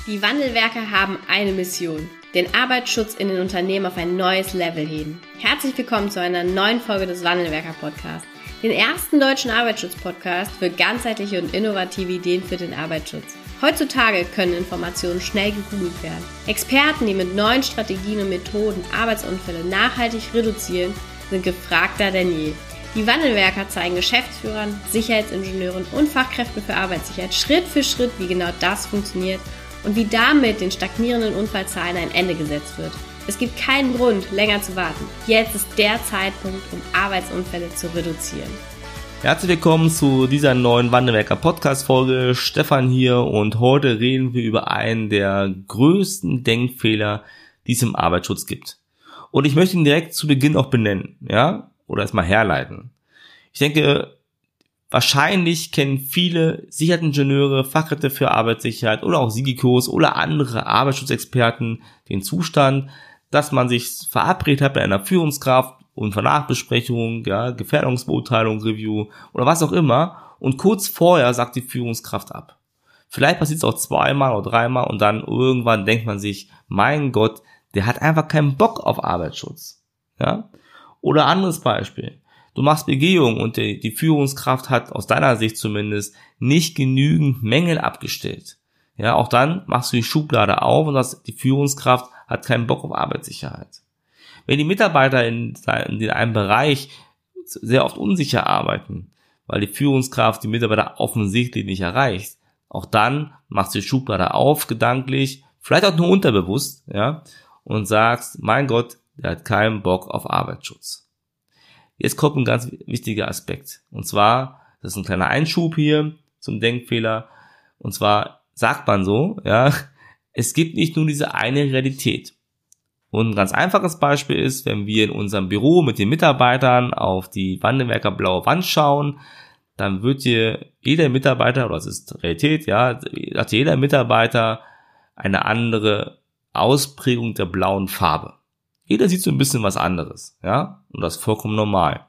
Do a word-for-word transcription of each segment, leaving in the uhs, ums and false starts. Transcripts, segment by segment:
Die Wandelwerker haben eine Mission: den Arbeitsschutz in den Unternehmen auf ein neues Level heben. Herzlich willkommen zu einer neuen Folge des Wandelwerker-Podcasts, den ersten deutschen Arbeitsschutz-Podcast für ganzheitliche und innovative Ideen für den Arbeitsschutz. Heutzutage können Informationen schnell gegoogelt werden. Experten, die mit neuen Strategien und Methoden Arbeitsunfälle nachhaltig reduzieren, sind gefragter denn je. Die Wandelwerker zeigen Geschäftsführern, Sicherheitsingenieuren und Fachkräften für Arbeitssicherheit Schritt für Schritt, wie genau das funktioniert und wie damit den stagnierenden Unfallzahlen ein Ende gesetzt wird. Es gibt keinen Grund, länger zu warten. Jetzt ist der Zeitpunkt, um Arbeitsunfälle zu reduzieren. Herzlich willkommen zu dieser neuen Wandelwerker-Podcast-Folge. Stefan hier und heute reden wir über einen der größten Denkfehler, die es im Arbeitsschutz gibt. Und ich möchte ihn direkt zu Beginn auch benennen, ja, oder erstmal herleiten. Ich denke, wahrscheinlich kennen viele Sicherheitsingenieure, Fachkräfte für Arbeitssicherheit oder auch SIGICOs oder andere Arbeitsschutzexperten den Zustand, dass man sich verabredet hat bei einer Führungskraft und Nachbesprechung, ja, Gefährdungsbeurteilung, Review oder was auch immer und kurz vorher sagt die Führungskraft ab. Vielleicht passiert es auch zweimal oder dreimal und dann irgendwann denkt man sich, mein Gott, der hat einfach keinen Bock auf Arbeitsschutz. Ja? Oder anderes Beispiel. Du machst Begehung und die, die Führungskraft hat aus deiner Sicht zumindest nicht genügend Mängel abgestellt. Ja, auch dann machst du die Schublade auf und sagst, die Führungskraft hat keinen Bock auf Arbeitssicherheit. Wenn die Mitarbeiter in, in einem Bereich sehr oft unsicher arbeiten, weil die Führungskraft die Mitarbeiter offensichtlich nicht erreicht, auch dann machst du die Schublade auf, gedanklich, vielleicht auch nur unterbewusst, ja, und sagst, mein Gott, der hat keinen Bock auf Arbeitsschutz. Jetzt kommt ein ganz wichtiger Aspekt. Und zwar, das ist ein kleiner Einschub hier zum Denkfehler. Und zwar sagt man so, ja, es gibt nicht nur diese eine Realität. Und ein ganz einfaches Beispiel ist, wenn wir in unserem Büro mit den Mitarbeitern auf die Wandelwerker blaue Wand schauen, dann wird hier jeder Mitarbeiter, oder das ist Realität, ja, hat jeder Mitarbeiter eine andere Ausprägung der blauen Farbe. Jeder sieht so ein bisschen was anderes, ja, und das ist vollkommen normal.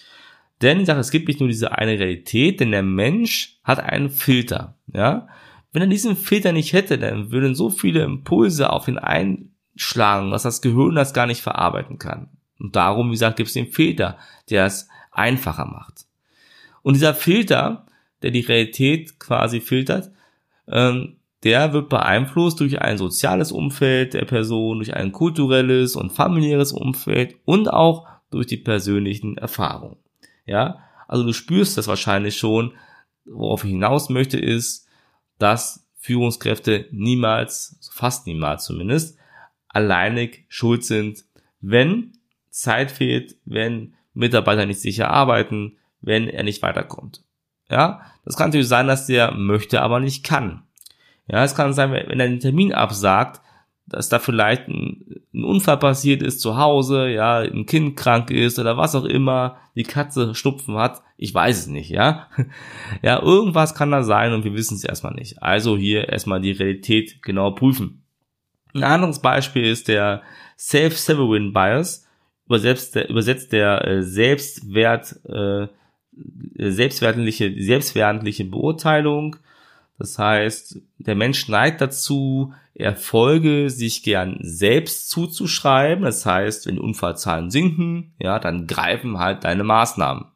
Denn ich sage, es gibt nicht nur diese eine Realität, denn der Mensch hat einen Filter, ja. Wenn er diesen Filter nicht hätte, dann würden so viele Impulse auf ihn einschlagen, dass das Gehirn das gar nicht verarbeiten kann. Und darum, wie gesagt, gibt es den Filter, der es einfacher macht. Und dieser Filter, der die Realität quasi filtert, ähm, der wird beeinflusst durch ein soziales Umfeld der Person, durch ein kulturelles und familiäres Umfeld und auch durch die persönlichen Erfahrungen. Ja, also du spürst das wahrscheinlich schon. Worauf ich hinaus möchte, ist, dass Führungskräfte niemals, fast niemals zumindest, alleinig schuld sind, wenn Zeit fehlt, wenn Mitarbeiter nicht sicher arbeiten, wenn er nicht weiterkommt. Ja, das kann natürlich sein, dass der möchte, aber nicht kann. Ja, es kann sein, wenn er den Termin absagt, dass da vielleicht ein, ein Unfall passiert ist zu Hause, ja, ein Kind krank ist oder was auch immer, die Katze Schnupfen hat, ich weiß es nicht, ja. Ja, irgendwas kann da sein und wir wissen es erstmal nicht. Also hier erstmal die Realität genau prüfen. Ein anderes Beispiel ist der Self-Sovereign Bias, übersetzt der, übersetzt der äh, Selbstwert, äh, selbstwertliche, selbstwertliche Beurteilung. Das heißt, der Mensch neigt dazu, Erfolge sich gern selbst zuzuschreiben. Das heißt, wenn die Unfallzahlen sinken, ja, dann greifen halt deine Maßnahmen.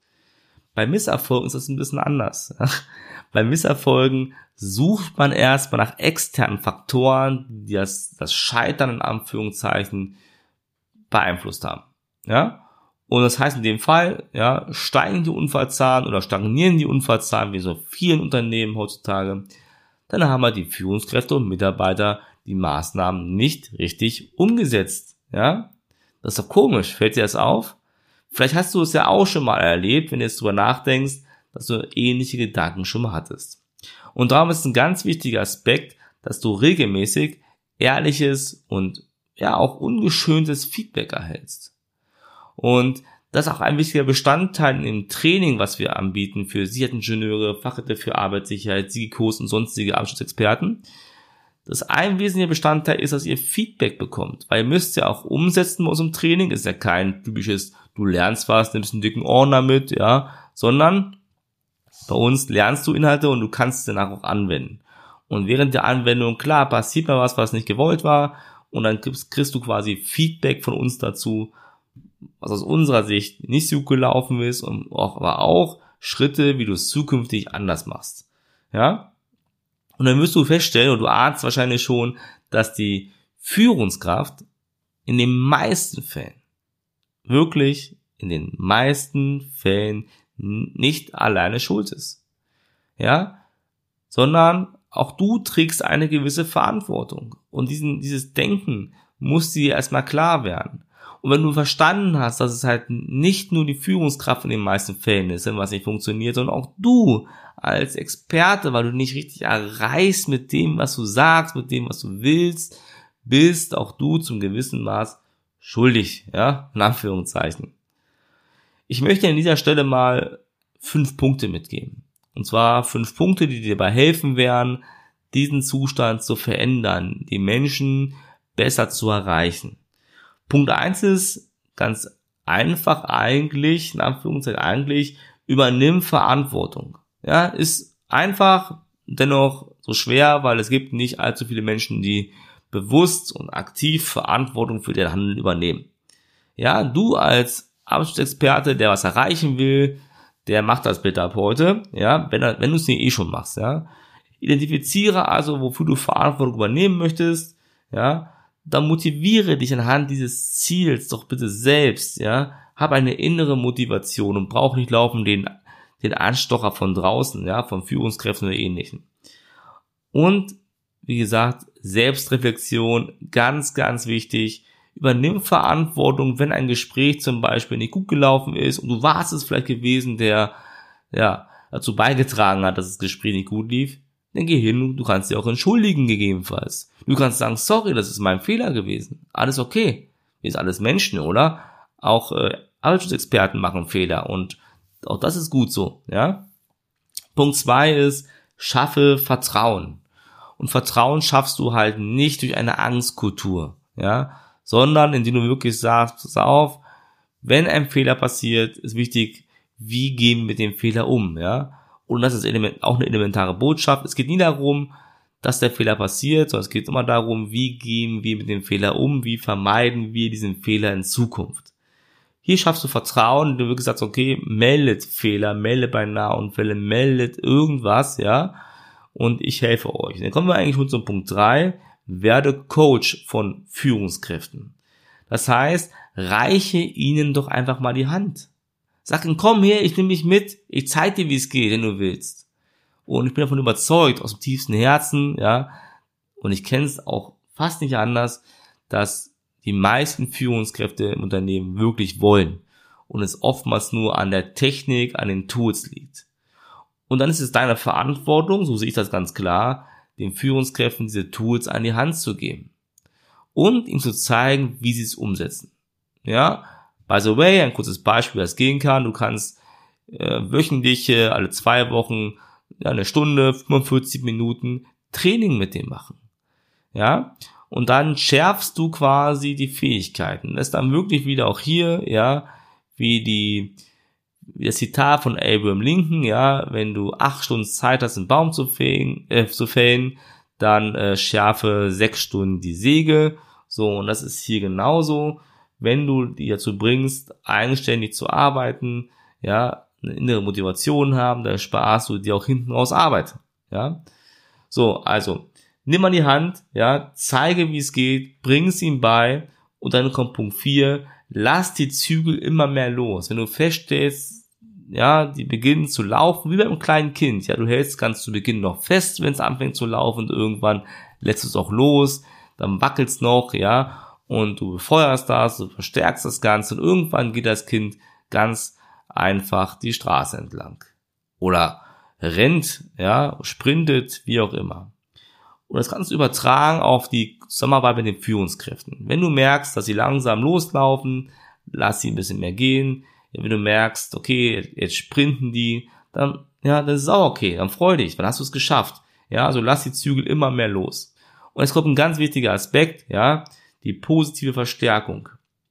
Bei Misserfolgen ist das ein bisschen anders. Bei Misserfolgen sucht man erstmal nach externen Faktoren, die das, das Scheitern in Anführungszeichen beeinflusst haben. Ja? Und das heißt in dem Fall, ja, steigen die Unfallzahlen oder stagnieren die Unfallzahlen wie in so vielen Unternehmen heutzutage, dann haben wir die Führungskräfte und Mitarbeiter die Maßnahmen nicht richtig umgesetzt. Ja, das ist doch komisch. Fällt dir das auf? Vielleicht hast du es ja auch schon mal erlebt, wenn du jetzt drüber nachdenkst, dass du ähnliche Gedanken schon mal hattest. Und darum ist ein ganz wichtiger Aspekt, dass du regelmäßig ehrliches und ja auch ungeschöntes Feedback erhältst. Und das ist auch ein wichtiger Bestandteil im Training, was wir anbieten für Sicherheitsingenieure, Fachkräfte für Arbeitssicherheit, SIGICOs und sonstige Arbeitsschutzexperten. Das ein wesentlicher Bestandteil ist, dass ihr Feedback bekommt, weil ihr müsst ja auch umsetzen bei unserem Training. Ist ja kein typisches, du lernst was, nimmst einen dicken Ordner mit, ja, sondern bei uns lernst du Inhalte und du kannst es danach auch anwenden. Und während der Anwendung, klar, passiert mal was, was nicht gewollt war, und dann kriegst, kriegst du quasi Feedback von uns dazu, was aus unserer Sicht nicht so gut gelaufen ist, und auch, aber auch Schritte, wie du es zukünftig anders machst. Ja? Und dann wirst du feststellen, und du ahnst wahrscheinlich schon, dass die Führungskraft in den meisten Fällen, wirklich in den meisten Fällen nicht alleine schuld ist. Ja? Sondern auch du trägst eine gewisse Verantwortung. Und diesen, dieses Denken muss dir erstmal klar werden. Und wenn du verstanden hast, dass es halt nicht nur die Führungskraft in den meisten Fällen ist, was nicht funktioniert, sondern auch du als Experte, weil du nicht richtig erreichst mit dem, was du sagst, mit dem, was du willst, bist auch du zum gewissen Maß schuldig, ja, in Anführungszeichen. Ich möchte an dieser Stelle mal fünf Punkte mitgeben. Und zwar fünf Punkte, die dir dabei helfen werden, diesen Zustand zu verändern, die Menschen besser zu erreichen. Punkt eins ist ganz einfach eigentlich, in Anführungszeichen eigentlich, übernimm Verantwortung. Ja, ist einfach, dennoch so schwer, weil es gibt nicht allzu viele Menschen, die bewusst und aktiv Verantwortung für ihr Handeln übernehmen. Ja, du als Arbeitsschutzexperte, der was erreichen will, der macht das bitte ab heute, ja, wenn, er, wenn du es nicht eh schon machst, ja. Identifiziere also, wofür du Verantwortung übernehmen möchtest, ja. Dann motiviere dich anhand dieses Ziels doch bitte selbst, ja. Hab eine innere Motivation und brauch nicht laufen den, den Anstocher von draußen, ja, von Führungskräften oder Ähnlichem. Und, wie gesagt, Selbstreflexion, ganz, ganz wichtig. Übernimm Verantwortung, wenn ein Gespräch zum Beispiel nicht gut gelaufen ist und du warst es vielleicht gewesen, der ja dazu beigetragen hat, dass das Gespräch nicht gut lief, dann geh hin und du kannst dich auch entschuldigen gegebenenfalls. Du kannst sagen, sorry, das ist mein Fehler gewesen. Alles okay. Wir sind alles Menschen, oder? Auch äh, Arbeitsschutzexperten machen Fehler und auch das ist gut so, ja. Punkt zwei ist, schaffe Vertrauen. Und Vertrauen schaffst du halt nicht durch eine Angstkultur, ja, sondern indem du wirklich sagst, pass auf, wenn ein Fehler passiert, ist wichtig, wie gehen wir mit dem Fehler um, ja. Und das ist auch eine elementare Botschaft. Es geht nie darum, dass der Fehler passiert, sondern es geht immer darum, wie gehen wir mit dem Fehler um, wie vermeiden wir diesen Fehler in Zukunft. Hier schaffst du Vertrauen, du wirklich sagst, okay, meldet Fehler, meldet bei Nahunfällen, meldet irgendwas, ja, und ich helfe euch. Dann kommen wir eigentlich schon zum Punkt drei, werde Coach von Führungskräften. Das heißt, reiche ihnen doch einfach mal die Hand. Sag ihnen, komm her, ich nehme dich mit, ich zeig dir, wie es geht, wenn du willst. Und ich bin davon überzeugt, aus dem tiefsten Herzen, ja, und ich kenne es auch fast nicht anders, dass die meisten Führungskräfte im Unternehmen wirklich wollen und es oftmals nur an der Technik, an den Tools liegt. Und dann ist es deine Verantwortung, so sehe ich das ganz klar, den Führungskräften diese Tools an die Hand zu geben und ihnen zu zeigen, wie sie es umsetzen. Ja, by the way, ein kurzes Beispiel, wie das gehen kann. Du kannst äh, wöchentlich, äh, alle zwei Wochen, ja, eine Stunde, fünfundvierzig Minuten Training mit dem machen. Ja, und dann schärfst du quasi die Fähigkeiten. Das ist dann wirklich wieder auch hier, ja, wie die, wie das Zitat von Abraham Lincoln, ja, wenn du acht Stunden Zeit hast, einen Baum zu fällen, äh, zu fällen, dann äh, schärfe sechs Stunden die Säge. So, und das ist hier genauso. Wenn du die dazu bringst, eigenständig zu arbeiten, ja, eine innere Motivation haben, dann sparst du dir auch hinten raus Arbeit, ja. So, also, nimm an die Hand, ja, zeige, wie es geht, bring es ihm bei, und dann kommt Punkt vier, lass die Zügel immer mehr los. Wenn du feststellst, ja, die beginnen zu laufen, wie bei einem kleinen Kind, ja, du hältst ganz zu Beginn noch fest, wenn es anfängt zu laufen, und irgendwann lässt du es auch los, dann wackelst noch, ja, und du befeuerst das, du verstärkst das Ganze, und irgendwann geht das Kind ganz einfach die Straße entlang. Oder rennt, ja, sprintet, wie auch immer. Und das kannst du übertragen auf die Zusammenarbeit mit den Führungskräften. Wenn du merkst, dass sie langsam loslaufen, lass sie ein bisschen mehr gehen. Ja, wenn du merkst, okay, jetzt sprinten die, dann, ja, das ist auch okay, dann freu dich, dann hast du es geschafft. Ja, also lass die Zügel immer mehr los. Und es kommt ein ganz wichtiger Aspekt, ja, die positive Verstärkung.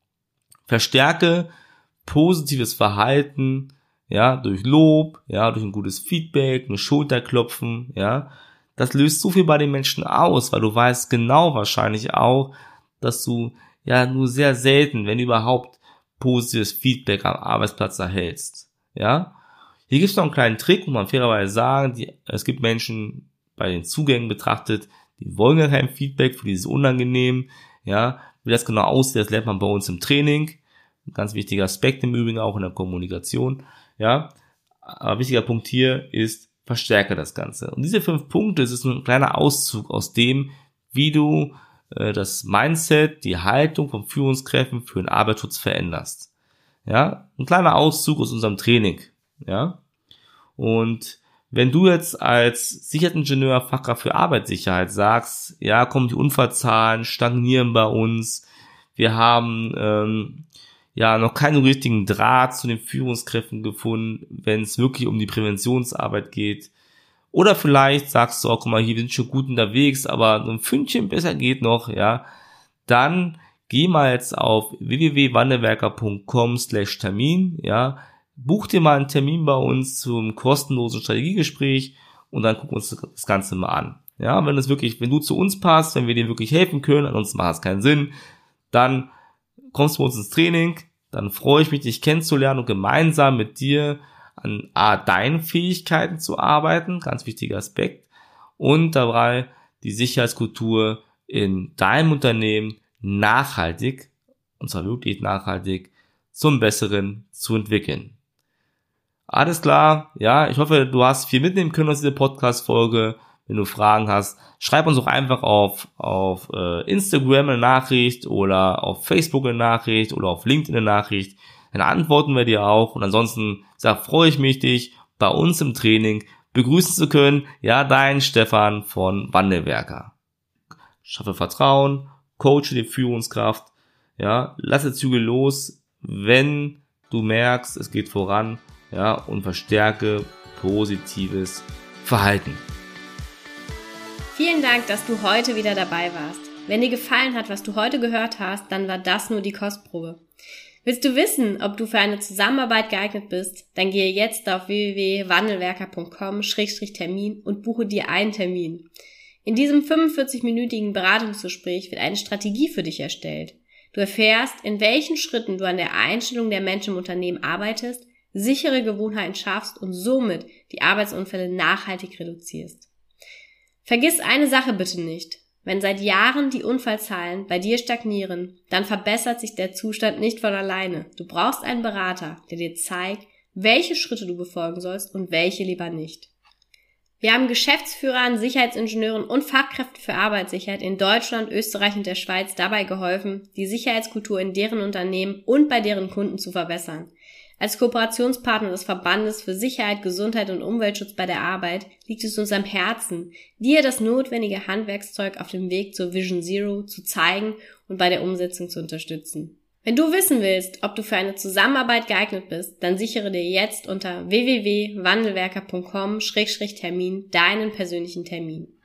Verstärke positives Verhalten, ja, durch Lob, ja, durch ein gutes Feedback, ein Schulterklopfen, ja. das löst so viel bei den Menschen aus, weil du weißt genau wahrscheinlich auch, dass du ja nur sehr selten, wenn überhaupt, positives Feedback am Arbeitsplatz erhältst. Ja? Hier gibt es noch einen kleinen Trick, muss man fairerweise sagen, die, es gibt Menschen, bei den Zugängen betrachtet, die wollen ja kein Feedback, für dieses unangenehm. Ja? Wie das genau aussieht, das lernt man bei uns im Training. Ein ganz wichtiger Aspekt im Übrigen auch in der Kommunikation. Ja? Aber wichtiger Punkt hier ist, verstärke das Ganze. Und diese fünf Punkte, das ist nur ein kleiner Auszug aus dem, wie du äh, das Mindset, die Haltung von Führungskräften für den Arbeitsschutz veränderst. Ja, ein kleiner Auszug aus unserem Training. Ja, und wenn du jetzt als Sicherheitsingenieur, Fachkraft für Arbeitssicherheit sagst, ja, kommen die Unfallzahlen, stagnieren bei uns, wir haben ähm, ja noch keinen richtigen Draht zu den Führungskräften gefunden, wenn es wirklich um die Präventionsarbeit geht. Oder vielleicht sagst du auch, guck mal, hier wir sind schon gut unterwegs, aber so ein Fünkchen besser geht noch, ja. Dann geh mal jetzt auf w w w punkt wandelwerker punkt com slash Termin, ja. Buch dir mal einen Termin bei uns zum kostenlosen Strategiegespräch und dann gucken wir uns das Ganze mal an. Ja, wenn es wirklich, wenn du zu uns passt, wenn wir dir wirklich helfen können, ansonsten macht es keinen Sinn, dann kommst du bei uns ins Training, dann freue ich mich, dich kennenzulernen und gemeinsam mit dir an A, deinen Fähigkeiten zu arbeiten, ganz wichtiger Aspekt, und dabei die Sicherheitskultur in deinem Unternehmen nachhaltig, und zwar wirklich nachhaltig, zum Besseren zu entwickeln. Alles klar, ja, ich hoffe, du hast viel mitnehmen können aus dieser Podcast-Folge. Wenn du Fragen hast, schreib uns doch einfach auf auf äh, Instagram eine Nachricht oder auf Facebook eine Nachricht oder auf LinkedIn eine Nachricht. Dann antworten wir dir auch. Und ansonsten sag, freue ich mich, dich bei uns im Training begrüßen zu können. Ja, dein Stefan von Wandelwerker. Schaffe Vertrauen, coache die Führungskraft. Ja, lasse Zügel los, wenn du merkst, es geht voran. Ja, und verstärke positives Verhalten. Vielen Dank, dass du heute wieder dabei warst. Wenn dir gefallen hat, was du heute gehört hast, dann war das nur die Kostprobe. Willst du wissen, ob du für eine Zusammenarbeit geeignet bist? Dann gehe jetzt auf w w w punkt wandelwerker punkt com slash Termin und buche dir einen Termin. In diesem fünfundvierzig-minütigen Beratungsgespräch wird eine Strategie für dich erstellt. Du erfährst, in welchen Schritten du an der Einstellung der Menschen im Unternehmen arbeitest, sichere Gewohnheiten schaffst und somit die Arbeitsunfälle nachhaltig reduzierst. Vergiss eine Sache bitte nicht. Wenn seit Jahren die Unfallzahlen bei dir stagnieren, dann verbessert sich der Zustand nicht von alleine. Du brauchst einen Berater, der dir zeigt, welche Schritte du befolgen sollst und welche lieber nicht. Wir haben Geschäftsführern, Sicherheitsingenieuren und Fachkräften für Arbeitssicherheit in Deutschland, Österreich und der Schweiz dabei geholfen, die Sicherheitskultur in deren Unternehmen und bei deren Kunden zu verbessern. Als Kooperationspartner des Verbandes für Sicherheit, Gesundheit und Umweltschutz bei der Arbeit liegt es uns am Herzen, dir das notwendige Handwerkszeug auf dem Weg zur Vision Zero zu zeigen und bei der Umsetzung zu unterstützen. Wenn du wissen willst, ob du für eine Zusammenarbeit geeignet bist, dann sichere dir jetzt unter w w w punkt wandelwerker punkt com slash Termin deinen persönlichen Termin.